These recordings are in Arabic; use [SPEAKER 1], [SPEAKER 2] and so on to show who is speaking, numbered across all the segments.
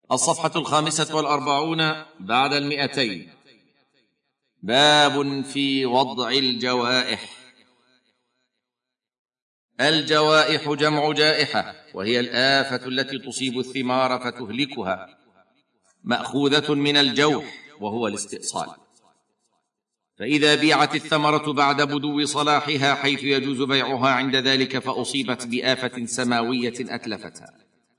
[SPEAKER 1] الصفحة 45 بعد 200. باب في وضع الجوائح. الجوائح جمع جائحة، وهي الآفة التي تصيب الثمار فتهلكها، مأخوذة من الجوح وهو الاستئصال. فإذا بيعت الثمرة بعد بدو صلاحها حيث يجوز بيعها عند ذلك فأصيبت بآفة سماوية أتلفتها.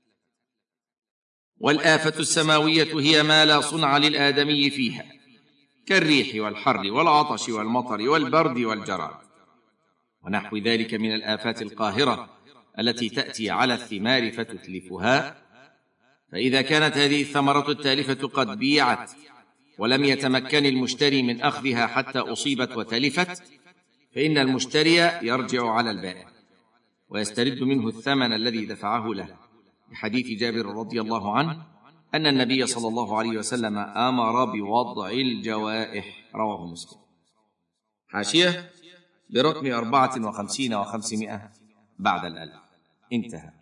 [SPEAKER 1] والآفة السماوية هي ما لا صنع للآدمي فيها، كالريح والحر والعطش والمطر والبرد والجراد ونحو ذلك من الآفات القاهرة التي تأتي على الثمار فتتلفها. فإذا كانت هذه الثمرة التالفة قد بيعت ولم يتمكن المشتري من أخذها حتى أصيبت وتلفت، فإن المشتري يرجع على البائع ويسترد منه الثمن الذي دفعه له، بحديث جابر رضي الله عنه أن النبي صلى الله عليه وسلم أمر بوضع الجوائح، رواه مسلم. حاشية برقم 54 و500 بعد 1000. انتهى.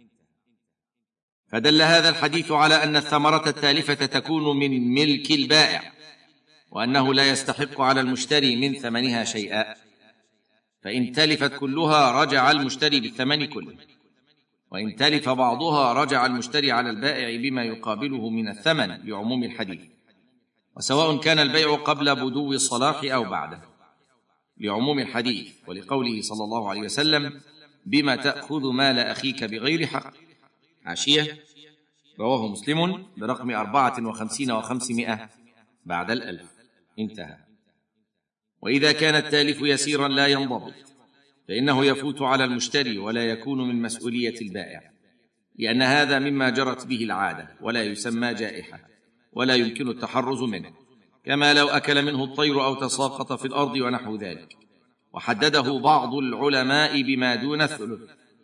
[SPEAKER 1] فدل هذا الحديث على أن الثمرة التالفة تكون من ملك البائع، وأنه لا يستحق على المشتري من ثمنها شيئا، فإن تلفت كلها رجع المشتري بالثمن كله، وإن تلف بعضها رجع المشتري على البائع بما يقابله من الثمن لعموم الحديث، وسواء كان البيع قبل بدو الصلاح أو بعده لعموم الحديث، ولقوله صلى الله عليه وسلم: بما تأخذ مال أخيك بغير حق. حاشية رواه مسلم برقم 54 و500 بعد 1000. انتهى. وإذا كان التالف يسيرا لا ينضبط فإنه يفوت على المشتري ولا يكون من مسؤولية البائع، لأن هذا مما جرت به العادة ولا يسمى جائحة ولا يمكن التحرز منه، كما لو أكل منه الطير أو تساقط في الأرض ونحو ذلك، وحدده بعض العلماء بما دون الثلث،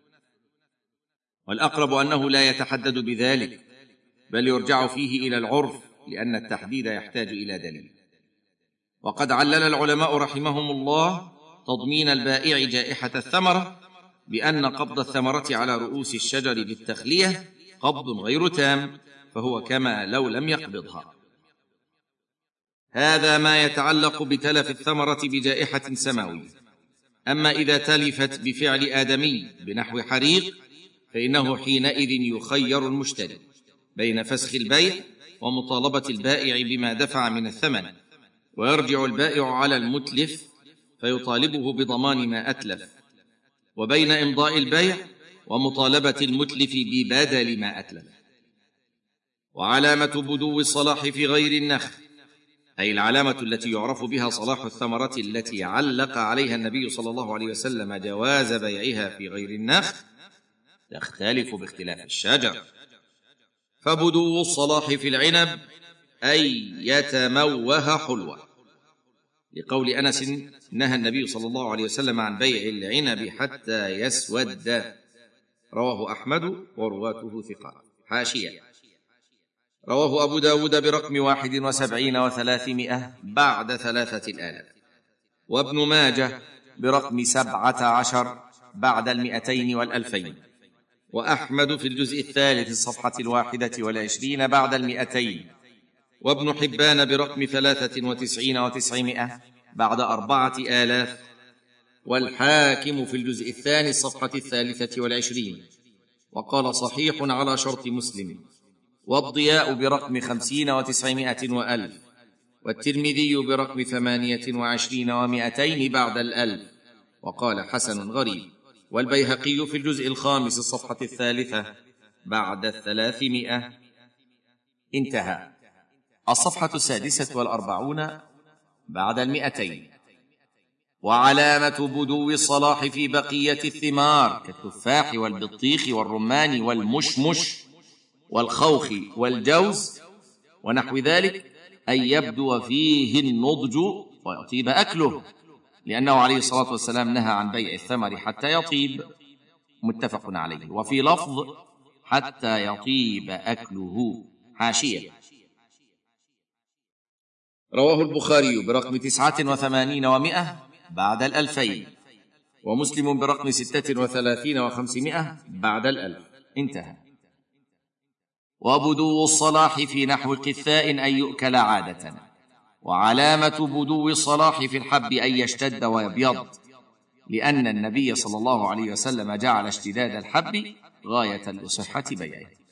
[SPEAKER 1] والأقرب أنه لا يتحدد بذلك بل يرجع فيه إلى العرف، لأن التحديد يحتاج إلى دليل. وقد علل العلماء رحمهم الله تضمين البائع جائحة الثمرة بأن قبض الثمرة على رؤوس الشجر بالتخلية قبض غير تام، فهو كما لو لم يقبضها. هذا ما يتعلق بتلف الثمرة بجائحة سماوية. أما إذا تلفت بفعل آدمي بنحو حريق فإنه حينئذ يخير المشتري بين فسخ البيع ومطالبة البائع بما دفع من الثمن، ويرجع البائع على المتلف فيطالبه بضمان ما أتلف، وبين إمضاء البيع ومطالبة المتلف ببدل ما أتلف. وعلامة بدو الصلاح في غير النخل، أي العلامة التي يعرف بها صلاح الثمرة التي علق عليها النبي صلى الله عليه وسلم جواز بيعها في غير النخل، تختلف باختلاف الشجر. فبدو الصلاح في العنب أي يتموه حلوة، لقول أنس: نهى النبي صلى الله عليه وسلم عن بيع العنب حتى يسود، رواه أحمد ورواته ثقات. حاشية رواه أبو داود برقم 71 و300 بعد 3000، وابن ماجه برقم 17 بعد 200 و2000، وأحمد في الجزء الثالث الصفحة 21 بعد 200، وابن حبان برقم 93 و900 بعد 4000، والحاكم في الجزء الثاني الصفحة 23، وقال صحيح على شرط مسلم، والضياء برقم 50 و900 و1000، والترمذي برقم 28 و200 بعد 1000، وقال حسن غريب، والبيهقي في الجزء الخامس الصفحة 3 بعد 300. انتهى. الصفحة 46 بعد 200. وعلامة بدو الصلاح في بقية الثمار كالتفاح والبطيخ والرمان والمشمش والخوخ والجوز ونحو ذلك أن يبدو فيه النضج ويطيب أكله، لأنه عليه الصلاة والسلام نهى عن بيع الثمر حتى يطيب، متفق عليه، وفي لفظ حتى يطيب أكله. حاشية رواه البخاري برقم 89 و100 بعد 2000، ومسلم برقم 36 و500 بعد 1000. انتهى. وبدو الصلاح في نحو قثاء أن يؤكل عادة، وعلامة بدو الصلاح في الحب أن يشتد ويبيض، لأن النبي صلى الله عليه وسلم جعل اشتداد الحب غاية لصحة بيعه.